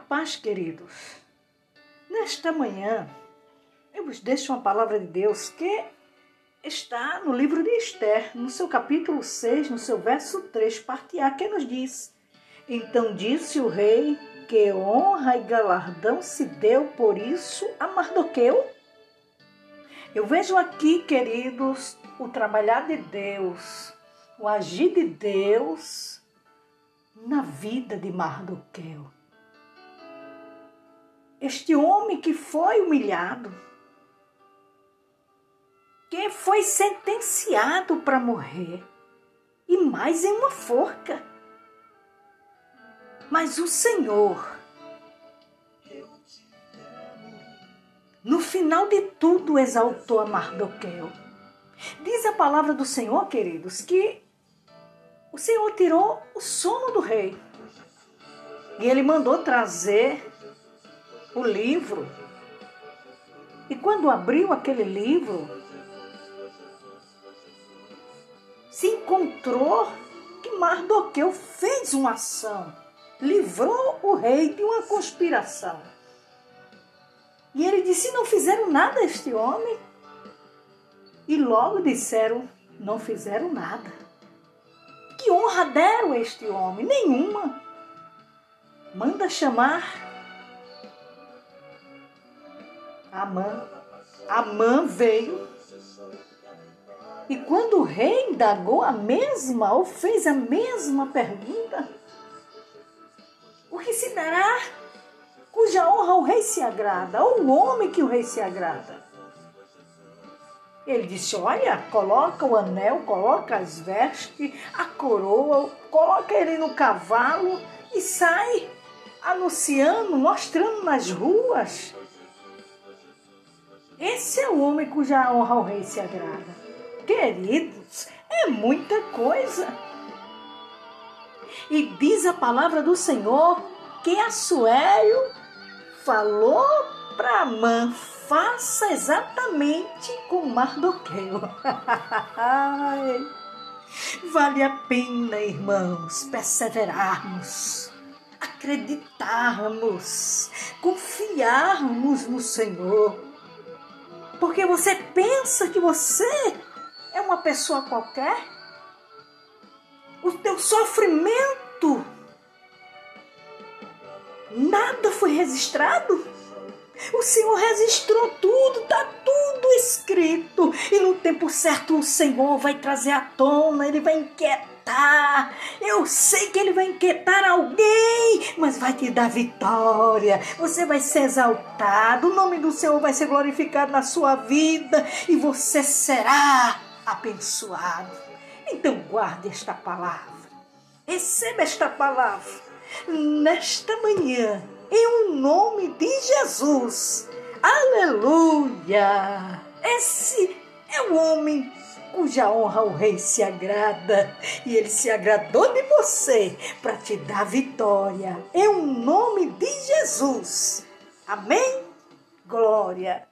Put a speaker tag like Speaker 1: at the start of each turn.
Speaker 1: paz, queridos. Nesta manhã, eu vos deixo uma palavra de Deus que está no livro de Esther, no seu capítulo 6, no seu verso 3, parte A, que nos diz: Então disse o rei que honra e galardão se deu por isso a Mardoqueu. Eu vejo aqui, queridos, o trabalhar de Deus, o agir de Deus na vida de Mardoqueu. Este homem que foi humilhado, que foi sentenciado para morrer, e mais em uma forca. Mas o Senhor, no final de tudo, exaltou a Mardoqueu. Diz a palavra do Senhor, queridos, que o Senhor tirou o sono do rei. E ele mandou trazer o livro. E quando abriu aquele livro, se encontrou que Mardoqueu fez uma ação, livrou o rei de uma conspiração. E ele disse: não fizeram nada a este homem. E logo disseram: não fizeram nada. Que honra deram a este homem? Nenhuma. Manda chamar Amã. Amã veio. E quando o rei indagou a mesma, ou fez a mesma pergunta: o que se dará cuja honra o rei se agrada, ou o homem que o rei se agrada? Ele disse: olha, coloca o anel, coloca as vestes, a coroa, coloca ele no cavalo e sai anunciando, mostrando nas ruas. Esse é o homem cuja honra o rei se agrada. Queridos, é muita coisa. E diz a palavra do Senhor que Assuero falou para Amã: faça exatamente com Mardoqueu. Vale a pena, irmãos, perseverarmos, acreditarmos, confiarmos no Senhor. Porque você pensa que você é uma pessoa qualquer? O teu sofrimento, nada foi registrado? O Senhor registrou tudo, está tudo escrito. E no tempo certo o Senhor vai trazer à tona, Ele vai inquietar. Eu sei que Ele vai inquietar alguém, mas vai te dar vitória. Você vai ser exaltado, o nome do Senhor vai ser glorificado na sua vida e você será abençoado. Então guarde esta palavra, receba esta palavra nesta manhã, em nome de Jesus. Aleluia! Esse é o homem cuja honra o rei se agrada. E ele se agradou de você para te dar vitória. Em nome de Jesus. Amém? Glória!